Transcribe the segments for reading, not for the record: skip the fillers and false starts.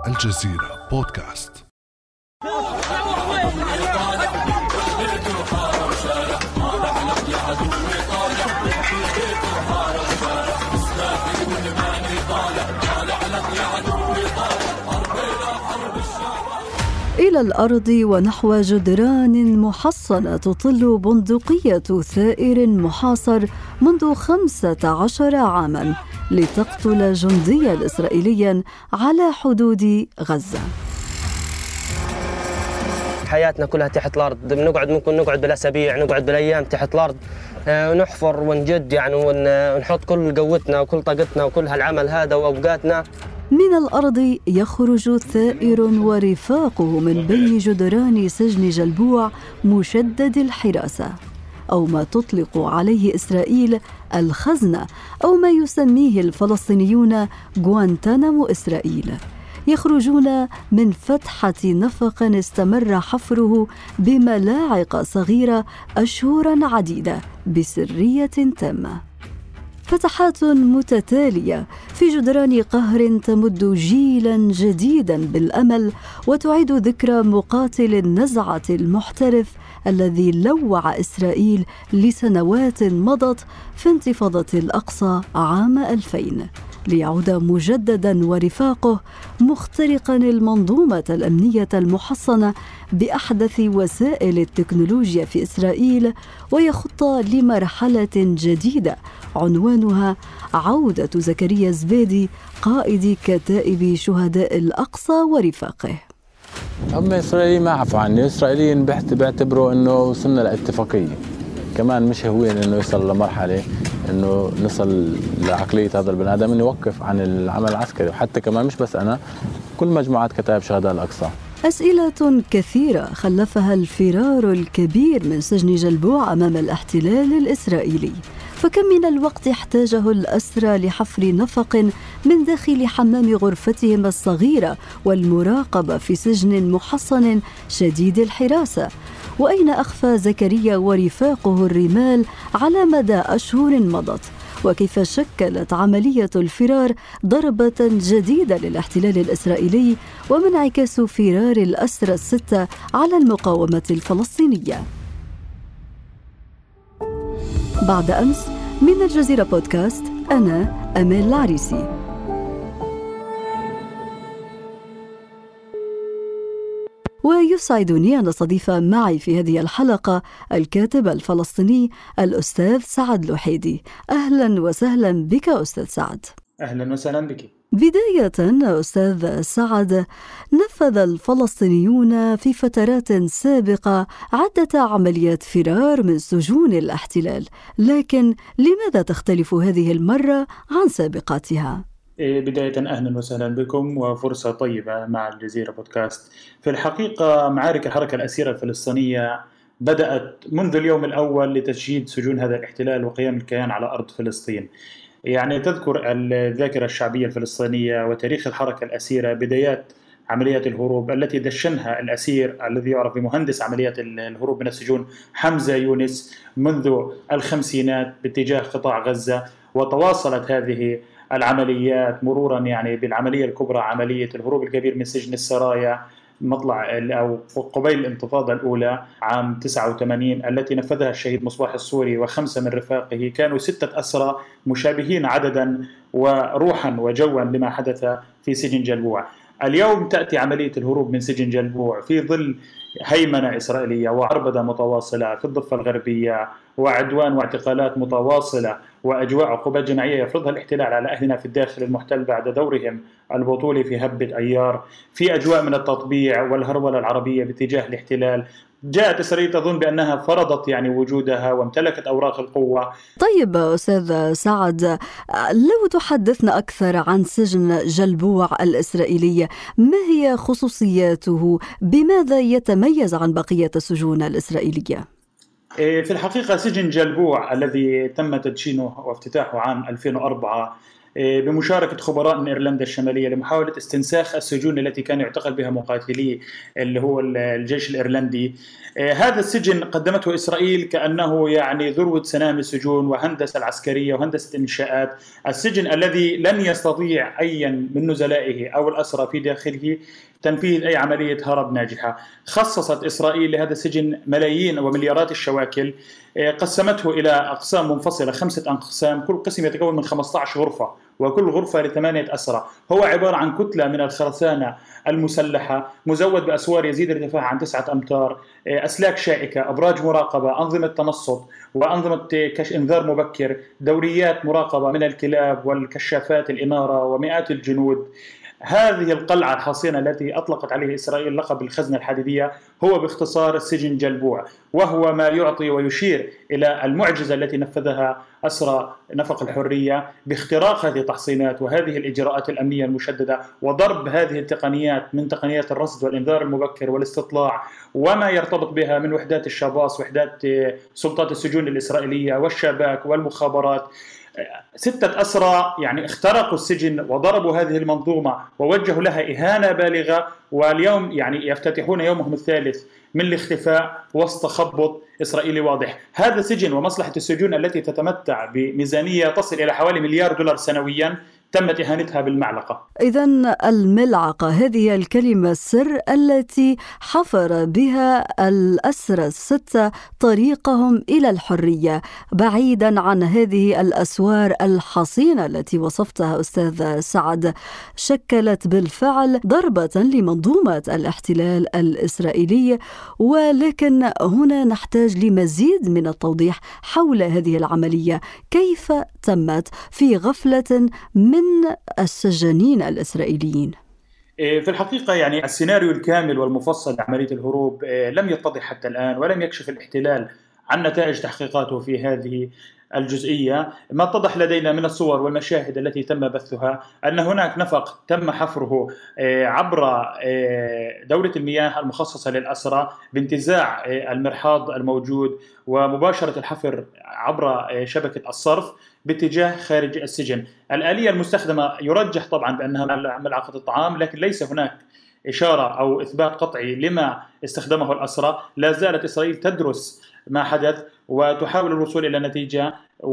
الجزيرة بودكاست. إلى الأرض ونحو جدران محصنة تطل بندقية ثائر محاصر منذ 15 عاماً لتقتل جندياً إسرائيلياً على حدود غزة. حياتنا كلها تحت الأرض، ممكن نقعد بالأسابيع، نقعد بالأيام تحت الأرض، ونحفر ونجد يعني ونحط كل قوتنا وكل طاقتنا وكل هالعمل هذا وأوقاتنا. من الأرض يخرج ثائر ورفاقه من بين جدران سجن جلبوع مشدد الحراسة، أو ما تطلق عليه إسرائيل الخزنة، أو ما يسميه الفلسطينيون غوانتانامو إسرائيل. يخرجون من فتحة نفق استمر حفره بملاعق صغيرة أشهراً عديدة بسرية تامة. فتحات متتالية في جدران قهر تمد جيلاً جديداً بالأمل وتعيد ذكرى مقاتل النزعة المحترف الذي لوع إسرائيل لسنوات مضت في انتفاضة الأقصى عام 2000، ليعود مجدداً ورفاقه مخترقاً المنظومة الأمنية المحصنة بأحدث وسائل التكنولوجيا في إسرائيل، ويخط لمرحلة جديدة عنوانها عودة زكريا زبيدي قائد كتائب شهداء الأقصى ورفاقه. هم إسرائيليين ما عفوا عني، إسرائيليين بيعتبروا إنه وصلنا لاتفاقية، كمان مش هوين إنه يصل لمرحلة إنه نصل لعقلية هذا البني آدم إنه يوقف عن العمل العسكري، وحتى كمان مش بس أنا، كل مجموعات كتائب شهداء الأقصى. أسئلة كثيرة خلفها الفرار الكبير من سجن جلبوع أمام الاحتلال الإسرائيلي. فكم من الوقت احتاجه الأسرى لحفر نفق من داخل حمام غرفتهم الصغيرة والمراقبة في سجن محصن شديد الحراسة؟ وأين أخفى زكريا ورفاقه الرمال على مدى أشهر مضت؟ وكيف شكلت عملية الفرار ضربة جديدة للاحتلال الإسرائيلي ومن انعكاس فرار الأسرى الستة على المقاومة الفلسطينية؟ بعد أمس من الجزيرة بودكاست، أنا أمال العريسي. ويسعدني أن أستضيف معي في هذه الحلقة الكاتب الفلسطيني الأستاذ سعد لوحيدي. أهلا وسهلا بك أستاذ سعد. أهلا وسهلا بك. بداية أستاذ سعد، نفذ الفلسطينيون في فترات سابقة عدة عمليات فرار من سجون الاحتلال، لكن لماذا تختلف هذه المرة عن سابقاتها؟ بداية أهلا وسهلا بكم وفرصة طيبة مع الجزيرة بودكاست. في الحقيقة معارك الحركة الأسيرة الفلسطينية بدأت منذ اليوم الأول لتشييد سجون هذا الاحتلال وقيام الكيان على أرض فلسطين. يعني تذكر الذاكرة الشعبية الفلسطينية وتاريخ الحركة الأسيرة بدايات عمليات الهروب التي دشنها الأسير الذي يعرف بمهندس عمليات الهروب من السجون حمزة يونس منذ الخمسينات باتجاه قطاع غزة، وتواصلت هذه العمليات مرورا يعني بالعملية الكبرى عملية الهروب الكبير من سجن السرايا مطلع أو قبيل الانتفاضة الأولى عام 89 التي نفذها الشهيد مصباح الصوري و5 من رفاقه، كانوا 6 أسرى مشابهين عددا وروحا وجوا لما حدث في سجن جلبوع. اليوم تأتي عملية الهروب من سجن جلبوع في ظل هيمنة إسرائيلية وعربدة متواصلة في الضفة الغربية وعدوان واعتقالات متواصلة وأجواء عقوبات جماعية يفرضها الاحتلال على أهلنا في الداخل المحتل بعد دورهم البطولي في هبة أيار، في أجواء من التطبيع والهرولة العربية باتجاه الاحتلال. جاءت إسرائيل تظن بأنها فرضت يعني وجودها وامتلكت أوراق القوة. طيب أستاذ سعد، لو تحدثنا أكثر عن سجن جلبوع الإسرائيلي، ما هي خصوصياته؟ بماذا يتميز عن بقية السجون الإسرائيلية؟ في الحقيقة سجن جلبوع الذي تم تدشينه وافتتاحه عام 2004 بمشاركة خبراء من إيرلندا الشمالية لمحاولة استنساخ السجون التي كان يعتقل بها مقاتلي اللي هو الجيش الإيرلندي. هذا السجن قدمته إسرائيل كأنه يعني ذروة سنام السجون وهندسة العسكرية وهندسة الإنشاءات. السجن الذي لن يستطيع أي من نزلائه أو الأسرى في داخله تنفيذ أي عملية هرب ناجحة. خصصت إسرائيل لهذا السجن ملايين ومليارات الشواكل، قسمته إلى أقسام منفصلة، 5 أقسام، كل قسم يتكون من 15 غرفة وكل غرفة ل8 أسرى. هو عبارة عن كتلة من الخرسانة المسلحة مزود بأسوار يزيد ارتفاعها عن 9 أمتار، أسلاك شائكة، أبراج مراقبة، أنظمة تنصت وأنظمة إنذار مبكر، دوريات مراقبة من الكلاب والكشافات الإنارة ومئات الجنود. هذه القلعة الحصينة التي أطلقت عليه إسرائيل لقب الخزنة الحديدية هو باختصار السجن جلبوع، وهو ما يعطي ويشير إلى المعجزة التي نفذها أسرى نفق الحرية باختراق هذه التحصينات وهذه الإجراءات الأمنية المشددة وضرب هذه التقنيات من تقنيات الرصد والإنذار المبكر والاستطلاع وما يرتبط بها من وحدات الشباص، وحدات سلطات السجون الإسرائيلية والشباك والمخابرات. 6 أسرى يعني اخترقوا السجن وضربوا هذه المنظومة ووجهوا لها إهانة بالغة، واليوم يعني يفتتحون يومهم الثالث من الاختفاء وسط خبط إسرائيلي واضح. هذا سجن ومصلحة السجون التي تتمتع بميزانية تصل إلى حوالي $1 مليار سنويا تمت إهانتها بالمعلقة. إذن الملعقة هذه الكلمة السر التي حفر بها الأسرى 6 طريقهم إلى الحرية بعيدا عن هذه الأسوار الحصينة التي وصفتها أستاذ سعد، شكلت بالفعل ضربة لمنظومة الاحتلال الإسرائيلي. ولكن هنا نحتاج لمزيد من التوضيح حول هذه العملية، كيف تمت في غفلة من السجانين الإسرائيليين؟ في الحقيقة يعني السيناريو الكامل والمفصل لعملية الهروب لم يتضح حتى الآن، ولم يكشف الاحتلال عن نتائج تحقيقاته في هذه الجزئية. ما اتضح لدينا من الصور والمشاهد التي تم بثها أن هناك نفق تم حفره عبر دورة المياه المخصصة للأسرى بانتزاع المرحاض الموجود ومباشرة الحفر عبر شبكة الصرف باتجاه خارج السجن. الآلية المستخدمة يرجح طبعا بأنها ملعقة الطعام، لكن ليس هناك إشارة أو إثبات قطعي لما استخدمه الأسرى. لا زالت إسرائيل تدرس ما حدث وتحاول الوصول إلى نتيجة،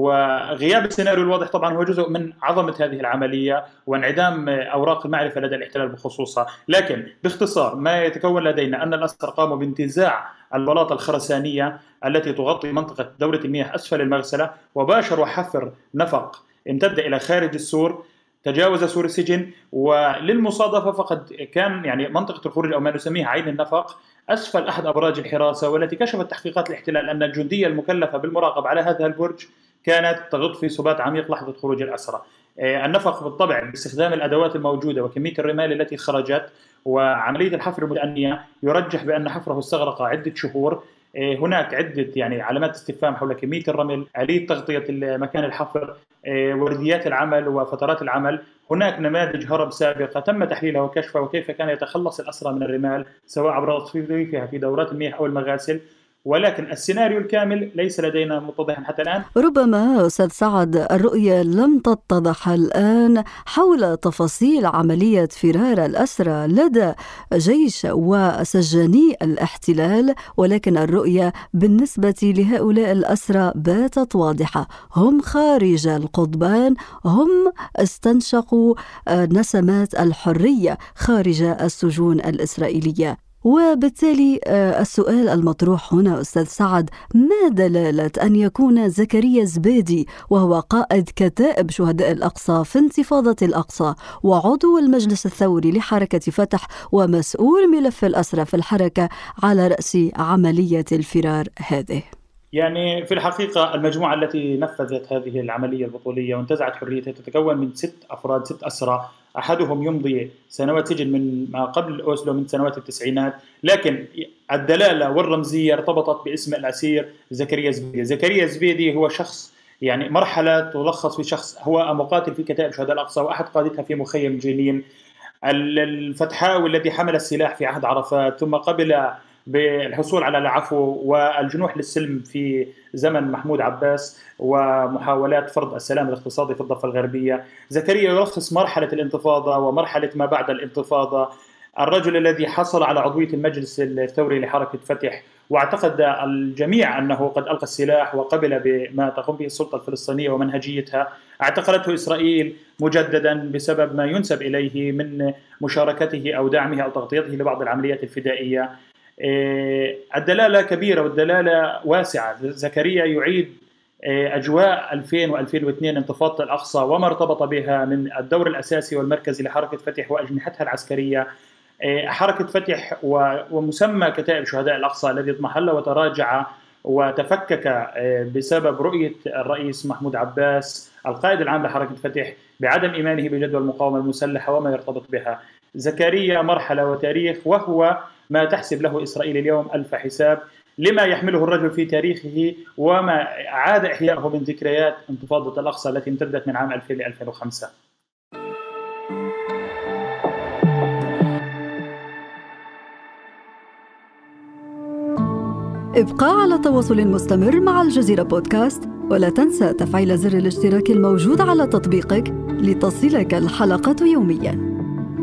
وغياب السيناريو الواضح طبعا هو جزء من عظمة هذه العملية وانعدام أوراق المعرفة لدى الاحتلال بخصوصها. لكن باختصار ما يتكون لدينا أن الأسرى قاموا بانتزاع البلاطة الخرسانية التي تغطي منطقة دورة المياه أسفل المغسلة، وباشروا حفر نفق امتد إلى خارج السور تجاوز سور السجن. وللمصادفة فقد كان يعني منطقة الخروج أو ما نسميها عين النفق أسفل أحد أبراج الحراسة، والتي كشفت تحقيقات الاحتلال أن الجندية المكلفة بالمراقبة على هذا البرج كانت تغط في سبات عميق لحظة خروج الأسرى. النفق بالطبع باستخدام الأدوات الموجودة وكمية الرمال التي خرجت وعملية الحفر المتأنية يرجح بأن حفره استغرق عدة شهور. هناك عدة يعني علامات استفهام حول كمية الرمل، آلية تغطية مكان الحفر، ورديات العمل وفترات العمل. هناك نماذج هرب سابقة تم تحليلها وكشفها، وكيف كان يتخلص الأسرى من الرمال سواء عبر تصفيفها في دورات المياه أو المغاسل. ولكن السيناريو الكامل ليس لدينا متضحا حتى الآن. ربما أستاذ سعد الرؤية لم تتضح الآن حول تفاصيل عملية فرار الأسرى لدى جيش وسجاني الاحتلال، ولكن الرؤية بالنسبة لهؤلاء الأسرى باتت واضحة. هم خارج القضبان، هم استنشقوا نسمات الحرية خارج السجون الإسرائيلية. وبالتالي السؤال المطروح هنا أستاذ سعد، ما دلالة أن يكون زكريا زبيدي وهو قائد كتائب شهداء الأقصى في انتفاضة الأقصى وعضو المجلس الثوري لحركة فتح ومسؤول ملف الأسرى في الحركة على رأس عملية الفرار هذه؟ يعني في الحقيقة المجموعة التي نفذت هذه العملية البطولية وانتزعت حريتها تتكون من 6 أفراد، 6 أسرى، أحدهم يمضي سنوات سجن من ما قبل أوسلو من سنوات التسعينات، لكن الدلالة والرمزية ارتبطت باسم الأسير زكريا زبيدي. زكريا زبيدي هو شخص يعني مرحلة تلخص في شخص هو مقاتل في كتائب شهداء الأقصى وأحد قادتها في مخيم جنين، الفتحاوي الذي حمل السلاح في عهد عرفات ثم قبل بالحصول على العفو والجنوح للسلم في زمن محمود عباس ومحاولات فرض السلام الاقتصادي في الضفة الغربية. زكريا يلخص مرحلة الانتفاضة ومرحلة ما بعد الانتفاضة. الرجل الذي حصل على عضوية المجلس الثوري لحركة فتح، واعتقد الجميع أنه قد ألقى السلاح وقبل بما تقوم به السلطة الفلسطينية ومنهجيتها. اعتقلته إسرائيل مجددا بسبب ما ينسب إليه من مشاركته أو دعمه أو تغطيته لبعض العمليات الفدائية. الدلالة كبيرة والدلالة واسعة. زكريا يعيد أجواء 2000 و2002 انتفاضة الأقصى وما ارتبط بها من الدور الأساسي والمركزي لحركة فتح وأجنحتها العسكرية. حركة فتح ومسمى كتائب شهداء الأقصى الذي اضمحل وتراجع وتفكك بسبب رؤية الرئيس محمود عباس القائد العام لحركة فتح بعدم إيمانه بجدوى المقاومة المسلحة وما يرتبط بها. زكريا مرحلة وتاريخ، وهو ما تحسب له إسرائيل اليوم ألف حساب لما يحمله الرجل في تاريخه وما عاد إحياءه من ذكريات انتفاضة الأقصى التي امتدت من عام 2000 ل 2005. ابقى على تواصل مستمر مع الجزيرة بودكاست، ولا تنسى تفعيل زر الاشتراك الموجود على تطبيقك لتصلك الحلقة يومياً.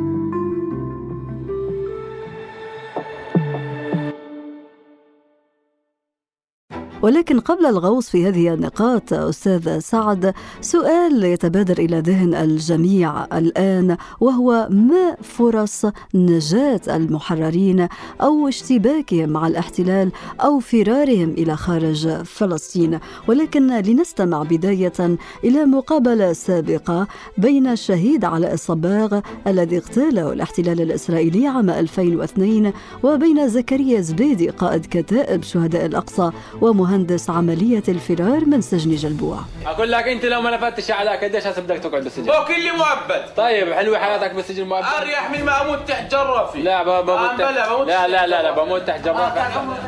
ولكن قبل الغوص في هذه النقاط أستاذ سعد، سؤال يتبادر إلى ذهن الجميع الآن، وهو ما فرص نجاة المحررين أو اشتباكهم مع الاحتلال أو فرارهم إلى خارج فلسطين؟ ولكن لنستمع بداية إلى مقابلة سابقة بين الشهيد علاء الصباغ الذي اغتاله الاحتلال الإسرائيلي عام 2002 وبين زكريا زبيدي قائد كتائب شهداء الأقصى ومهندس عملية الفرار من سجن جلبوع. أقول لك أنت لو ما لفتش على قديش هسه بدك تقعد بالسجن؟ بوك اللي مؤبد. طيب حلوة حياتك بالسجن مؤبد؟ أريح من ما أموت تحت جرافي. لا بموت لا بموت تحت جرافي.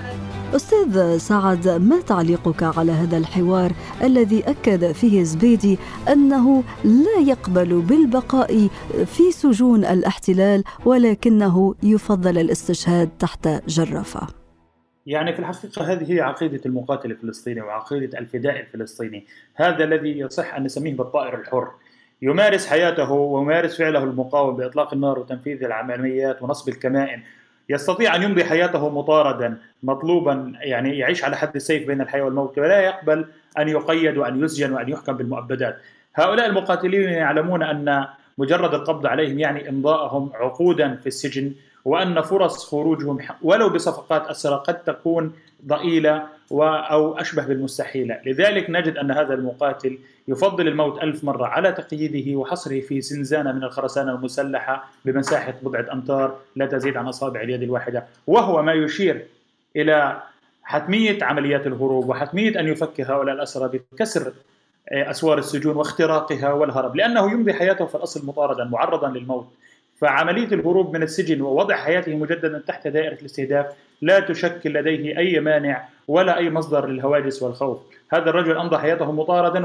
أستاذ سعد، ما تعليقك على هذا الحوار الذي أكد فيه زبيدي أنه لا يقبل بالبقاء في سجون الاحتلال ولكنه يفضل الاستشهاد تحت جرافة؟ يعني في الحقيقة هذه هي عقيدة المقاتل الفلسطيني وعقيدة الفداء الفلسطيني، هذا الذي يصح أن نسميه بالطائر الحر، يمارس حياته ويمارس فعله المقاوم بإطلاق النار وتنفيذ العمليات ونصب الكمائن، يستطيع أن يمضي حياته مطاردا مطلوبا، يعني يعيش على حد السيف بين الحياة والموت، ولا يقبل أن يقيد وأن يسجن وأن يحكم بالمؤبدات. هؤلاء المقاتلين يعلمون أن مجرد القبض عليهم يعني إمضاءهم عقودا في السجن، وأن فرص خروجهم ولو بصفقات أسرى قد تكون ضئيلة أو أشبه بالمستحيلة. لذلك نجد أن هذا المقاتل يفضل الموت 1000 مرة على تقييده وحصره في زنزانة من الخرسانة المسلحة بمساحة بضعة أمتار لا تزيد عن أصابع اليد الواحدة، وهو ما يشير إلى حتمية عمليات الهروب وحتمية أن يفك هؤلاء الأسرى بكسر أسوار السجون واختراقها والهرب، لأنه يمضي حياته في الأصل مطاردا معرضا للموت. فعملية الهروب من السجن ووضع حياته مجددا تحت دائرة الاستهداف لا تشكل لديه أي مانع ولا أي مصدر للهواجس والخوف. هذا الرجل أمضى حياته مطاردا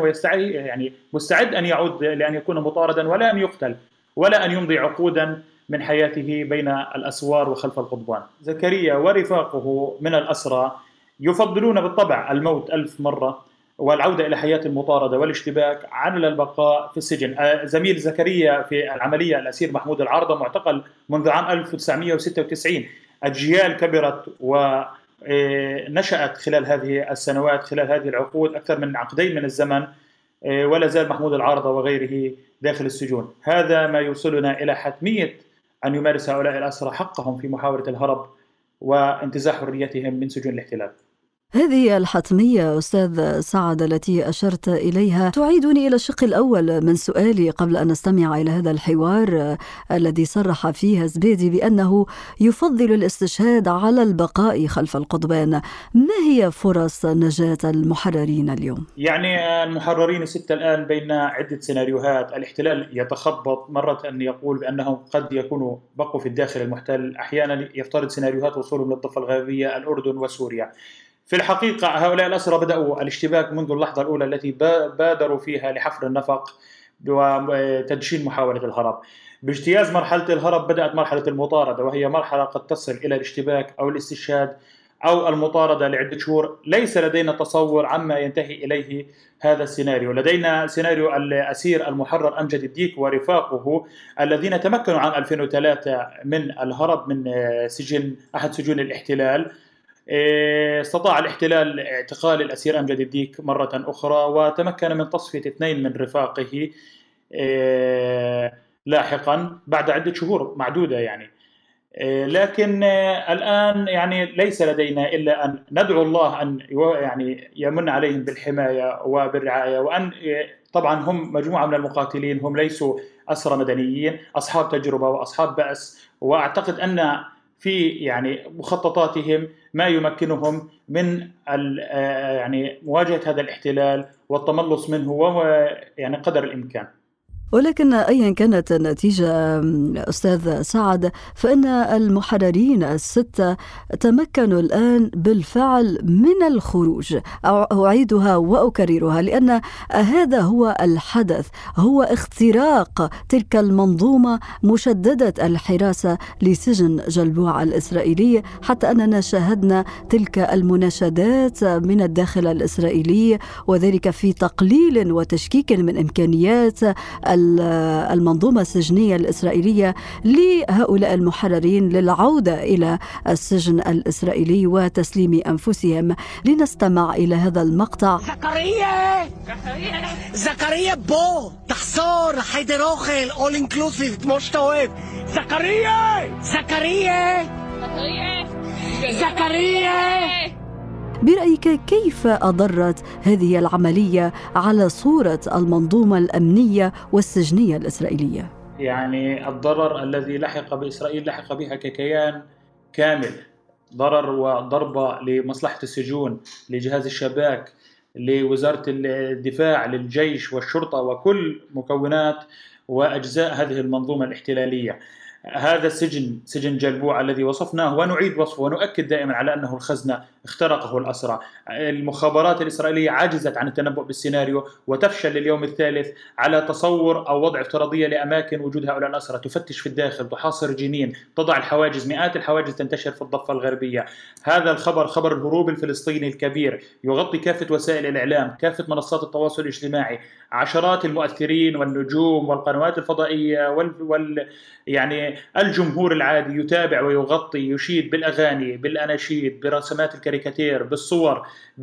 مستعد أن يعود لأن يكون مطاردا ولا أن يقتل ولا أن يمضي عقودا من حياته بين الأسوار وخلف القضبان. زكريا ورفاقه من الأسرى يفضلون بالطبع الموت 1000 مرة والعودة إلى حياة المطاردة والاشتباك على البقاء في السجن. زميل زكريا في العملية الأسير محمود العارضة معتقل منذ عام 1996. أجيال كبرت ونشأت خلال هذه السنوات، خلال هذه العقود، أكثر من عقدين من الزمن، ولا زال محمود العارضة وغيره داخل السجون. هذا ما يوصلنا إلى حتمية أن يمارس هؤلاء الأسرى حقهم في محاولة الهرب وانتزاع حريتهم من سجون الاحتلال. هذه الحتمية أستاذ سعد التي أشرت إليها تعيدني إلى الشق الأول من سؤالي قبل أن نستمع إلى هذا الحوار الذي صرح فيه زبيدي بأنه يفضل الاستشهاد على البقاء خلف القضبان. ما هي فرص نجاة المحررين اليوم؟ يعني المحررين 6 الآن بين عدة سيناريوهات. الاحتلال يتخبط، مرة أن يقول بأنهم قد يكونوا بقوا في الداخل المحتل، أحيانا يفترض سيناريوهات وصولهم للضفة الغربية الأردن وسوريا. في الحقيقة هؤلاء الأسرى بدأوا الاشتباك منذ اللحظة الأولى التي بادروا فيها لحفر النفق وتدشين محاولة الهرب. باجتياز مرحلة الهرب بدأت مرحلة المطاردة، وهي مرحلة قد تصل إلى الاشتباك أو الاستشهاد أو المطاردة لعدة شهور. ليس لدينا تصور عما ينتهي إليه هذا السيناريو. لدينا سيناريو الأسير المحرر أمجد الديك ورفاقه الذين تمكنوا عام 2003 من الهرب من سجن أحد سجون الاحتلال. استطاع الاحتلال اعتقال الأسير أمجد الديك مرة أخرى، وتمكن من تصفية 2 من رفاقه لاحقا بعد عدة شهور معدودة يعني. لكن الآن يعني ليس لدينا إلا أن ندعو الله أن يعني يمن عليهم بالحماية وبالرعاية، وأن طبعا هم مجموعة من المقاتلين، هم ليسوا أسرى مدنيين، أصحاب تجربة وأصحاب بأس، وأعتقد أن في يعني مخططاتهم ما يمكنهم من يعني مواجهة هذا الاحتلال والتملص منه وهو يعني قدر الإمكان. ولكن أيا كانت النتيجة أستاذ سعد، فإن المحررين الستة تمكنوا الآن بالفعل من الخروج. أعيدها وأكررها لأن هذا هو الحدث، هو اختراق تلك المنظومة مشددة الحراسة لسجن جلبوع الإسرائيلي، حتى أننا شاهدنا تلك المناشدات من الداخل الإسرائيلي، وذلك في تقليل وتشكيك من إمكانيات المنظومة السجنية الإسرائيلية لهؤلاء المحررين للعودة إلى السجن الإسرائيلي وتسليم أنفسهم. لنستمع إلى هذا المقطع. زكريا بو تحصور حيدر أوخل all inclusive כמו שאתה אוהב. زكريا برأيك كيف أضرت هذه العملية على صورة المنظومة الأمنية والسجنية الإسرائيلية؟ يعني الضرر الذي لحق بإسرائيل لحق بها ككيان كامل، ضرر وضربة لمصلحة السجون، لجهاز الشباك، لوزارة الدفاع، للجيش والشرطة وكل مكونات وأجزاء هذه المنظومة الاحتلالية. هذا السجن، سجن جلبوع الذي وصفناه ونعيد وصفه ونؤكد دائما على أنه الخزنة اخترقه الأسرى. المخابرات الإسرائيلية عجزت عن التنبؤ بالسيناريو وتفشل لليوم الثالث على تصور أو وضع افتراضية لأماكن وجود هؤلاء الأسرى، تفتش في الداخل، تحاصر جنين، تضع الحواجز، مئات الحواجز تنتشر في الضفة الغربية. هذا الخبر، خبر الهروب الفلسطيني الكبير، يغطي كافة وسائل الإعلام، كافة منصات التواصل الاجتماعي، عشرات المؤثرين والنجوم والقنوات الفضائية يعني الجمهور العادي يتابع ويغطي، يشيد بالأغاني، بالأناشيد، برسمات الكاريكاتير، بالصور،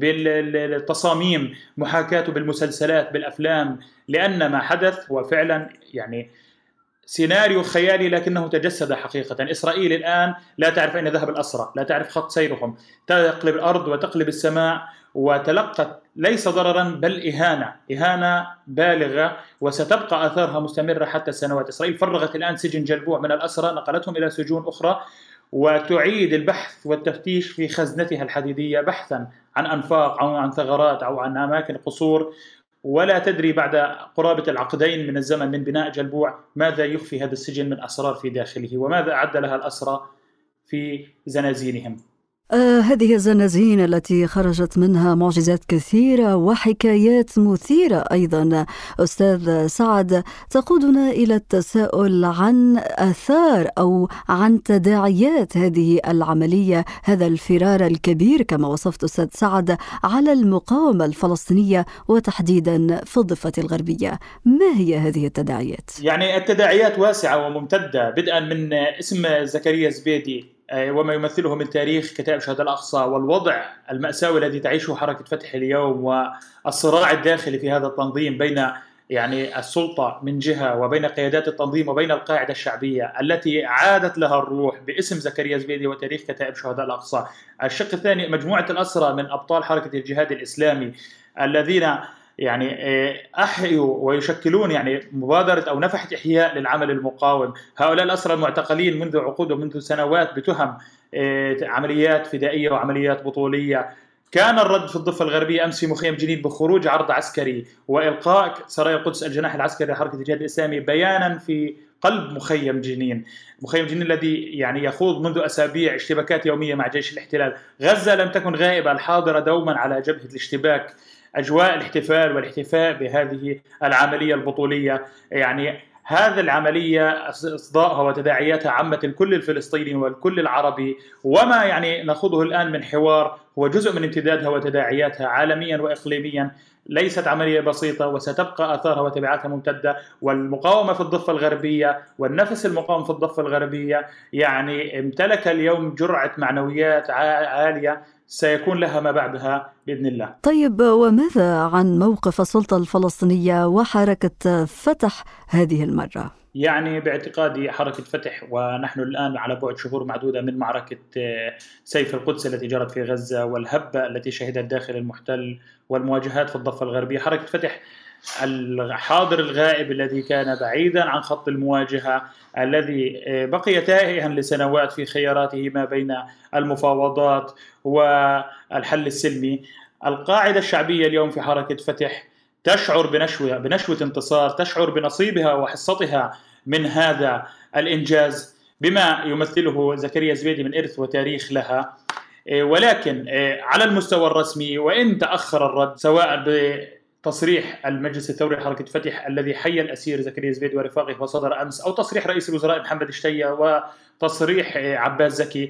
بالتصاميم، محاكاته بالمسلسلات، بالأفلام، لأن ما حدث هو فعلا يعني سيناريو خيالي لكنه تجسد حقيقة. إسرائيل الآن لا تعرف أين ذهب الأسرى، لا تعرف خط سيرهم، تقلب الأرض وتقلب السماء، وتلقت ليس ضررا بل إهانة بالغة، وستبقى آثارها مستمرة حتى سنوات. إسرائيل فرغت الآن سجن جلبوع من الأسرى، نقلتهم إلى سجون أخرى، وتعيد البحث والتفتيش في خزنتها الحديدية بحثا عن أنفاق أو عن ثغرات أو عن أماكن قصور، ولا تدري بعد قرابة العقدين من الزمن من بناء جلبوع ماذا يخفي هذا السجن من أسرار في داخله، وماذا أعد لها الأسرى في زنازينهم. هذه الزنازين التي خرجت منها معجزات كثيرة وحكايات مثيرة أيضا. أستاذ سعد، تقودنا إلى التساؤل عن آثار أو عن تداعيات هذه العملية، هذا الفرار الكبير كما وصفت أستاذ سعد على المقاومة الفلسطينية وتحديدا في الضفة الغربية. ما هي هذه التداعيات؟ يعني التداعيات واسعة وممتدة، بدءا من اسم زكريا زبيدي وما يمثله من تاريخ كتائب شهداء الأقصى، والوضع المأساوي الذي تعيشه حركة فتح اليوم، والصراع الداخلي في هذا التنظيم بين يعني السلطة من جهة وبين قيادات التنظيم وبين القاعدة الشعبية التي عادت لها الروح باسم زكريا زبيدي وتاريخ كتائب شهداء الأقصى. الشق الثاني مجموعة الأسرى من أبطال حركة الجهاد الإسلامي الذين يعني أحيوا ويشكلون يعني مبادرة أو نفحة إحياء للعمل المقاوم. هؤلاء الأسرى المعتقلين منذ عقود ومنذ سنوات بتهم عمليات فدائية وعمليات بطولية. كان الرد في الضفة الغربية أمس في مخيم جنين بخروج عرض عسكري وإلقاء سرايا القدس الجناح العسكري لحركة الجهاد الإسلامي بيانا في قلب مخيم جنين. مخيم جنين الذي يعني يخوض منذ أسابيع اشتباكات يومية مع جيش الاحتلال. غزة لم تكن غائبة، الحاضرة دوما على جبهة الاشتباك. أجواء الاحتفال والاحتفاء بهذه العملية البطولية يعني هذه العملية إصداءها وتداعياتها عامة الكل الفلسطيني والكل العربي، وما يعني نخوضه الآن من حوار هو جزء من امتدادها وتداعياتها عالميا وإقليميا. ليست عملية بسيطة وستبقى آثارها وتبعاتها ممتدة، والمقاومة في الضفة الغربية والنفس المقاوم في الضفة الغربية يعني امتلك اليوم جرعة معنويات عالية سيكون لها ما بعدها بإذن الله. طيب، وماذا عن موقف السلطة الفلسطينية وحركة فتح هذه المرة؟ يعني باعتقادي حركة فتح، ونحن الآن على بعد شهور معدودة من معركة سيف القدس التي جرت في غزة والهبة التي شهدها الداخل المحتل والمواجهات في الضفة الغربية، حركة فتح الحاضر الغائب الذي كان بعيدا عن خط المواجهة، الذي بقي تائها لسنوات في خياراته ما بين المفاوضات والحل السلمي. القاعدة الشعبية اليوم في حركة فتح تشعر بنشوة انتصار، تشعر بنصيبها وحصتها من هذا الإنجاز بما يمثله زكريا زبيدي من إرث وتاريخ لها. ولكن على المستوى الرسمي، وإن تأخر الرد سواء بتصريح المجلس الثوري لحركة فتح الذي حي الأسير زكريا زبيدي ورفاقه وصدر أمس، أو تصريح رئيس الوزراء محمد شتية وتصريح عباس زكي،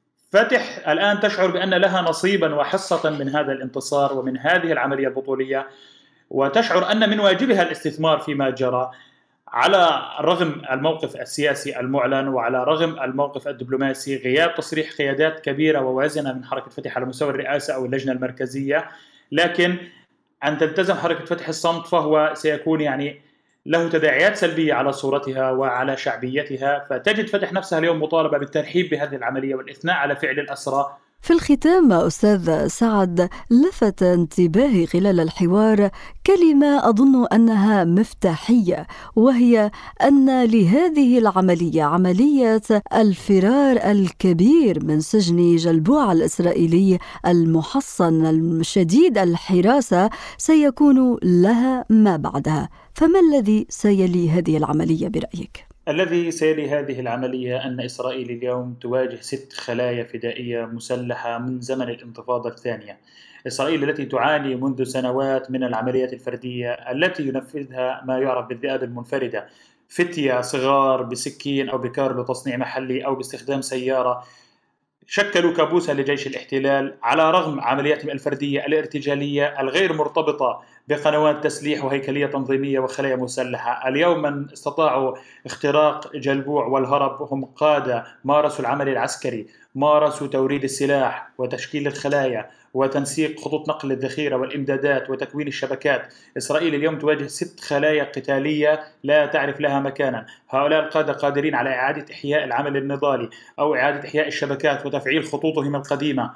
فتح الآن تشعر بأن لها نصيبا وحصة من هذا الانتصار ومن هذه العملية البطولية، وتشعر أن من واجبها الاستثمار فيما جرى على رغم الموقف السياسي المعلن وعلى رغم الموقف الدبلوماسي. غياب تصريح قيادات كبيرة ووازنة من حركة فتح على مستوى الرئاسة أو اللجنة المركزية، لكن أن تلتزم حركة فتح الصمت فهو سيكون يعني له تداعيات سلبية على صورتها وعلى شعبيتها. فتجد فتح نفسها اليوم مطالبة بالترحيب بهذه العملية والإثناء على فعل الأسرى. في الختام أستاذ سعد، لفت انتباهي خلال الحوار كلمة أظن أنها مفتاحية، وهي أن لهذه العملية، عملية الفرار الكبير من سجن جلبوع الإسرائيلي المحصن الشديد الحراسة، سيكون لها ما بعدها. فما الذي سيلي هذه العملية برأيك؟ الذي سيلي هذه العملية أن إسرائيل اليوم تواجه 6 خلايا فدائية مسلحة من زمن الانتفاضة الثانية. إسرائيل التي تعاني منذ سنوات من العمليات الفردية التي ينفذها ما يعرف بالذئاب المنفردة، فتية صغار بسكين أو بكار لتصنيع محلي أو باستخدام سيارة، شكلوا كابوسا لجيش الاحتلال على رغم عملياتهم الفردية الارتجالية الغير مرتبطة بقنوات تسليح وهيكلية تنظيمية وخلايا مسلحة. اليوم من استطاعوا اختراق جلبوع والهرب هم قادة مارسوا العمل العسكري، مارسوا توريد السلاح وتشكيل الخلايا وتنسيق خطوط نقل الذخيرة والإمدادات وتكوين الشبكات. إسرائيل اليوم تواجه 6 خلايا قتالية لا تعرف لها مكانا. هؤلاء القادة قادرين على إعادة إحياء العمل النضالي أو إعادة إحياء الشبكات وتفعيل خطوطهم القديمة،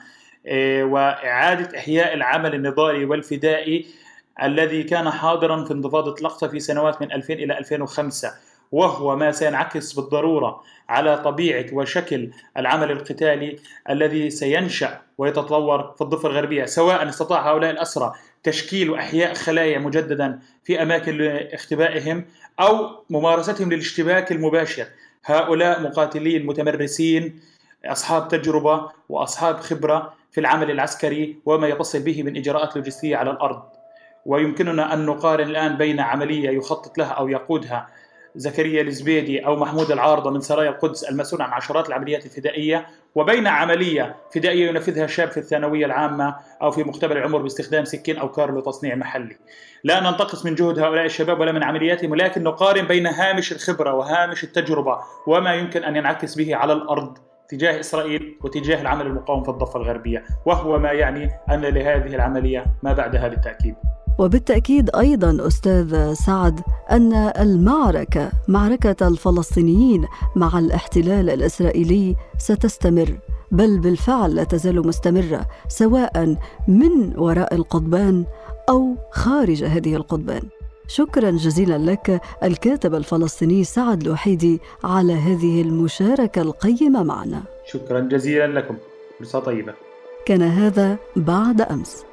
وإعادة إحياء العمل النضالي والفدائي الذي كان حاضرا في انتفاضة الأقصى في سنوات من 2000 إلى 2005، وهو ما سينعكس بالضرورة على طبيعة وشكل العمل القتالي الذي سينشأ ويتطور في الضفة الغربية، سواء استطاع هؤلاء الأسرى تشكيل وإحياء خلايا مجددا في أماكن اختبائهم أو ممارستهم للاشتباك المباشر. هؤلاء مقاتلين متمرسين أصحاب تجربة وأصحاب خبرة في العمل العسكري وما يتصل به من إجراءات لوجستية على الأرض. ويمكننا أن نقارن الآن بين عملية يخطط لها أو يقودها زكريا الزبيدي أو محمود العارضة من سرايا القدس المسؤول عن عشرات العمليات الفدائية، وبين عملية فدائية ينفذها شاب في الثانوية العامة أو في مقتبل العمر باستخدام سكين أو كار لتصنيع محلي. لا ننتقص من جهد هؤلاء الشباب ولا من عملياتهم، ولكن نقارن بين هامش الخبرة وهامش التجربة وما يمكن أن ينعكس به على الأرض تجاه إسرائيل وتجاه العمل المقاوم في الضفة الغربية، وهو ما يعني أن لهذه العملية ما بعدها بالتأكيد. وبالتأكيد أيضا أستاذ سعد أن المعركة، معركة الفلسطينيين مع الاحتلال الإسرائيلي ستستمر، بل بالفعل لا تزال مستمرة، سواء من وراء القضبان أو خارج هذه القضبان. شكرا جزيلا لك الكاتب الفلسطيني سعد الوحيدي على هذه المشاركة القيمة معنا. شكرا جزيلا لكم، فرصة طيبة. كان هذا بعد أمس.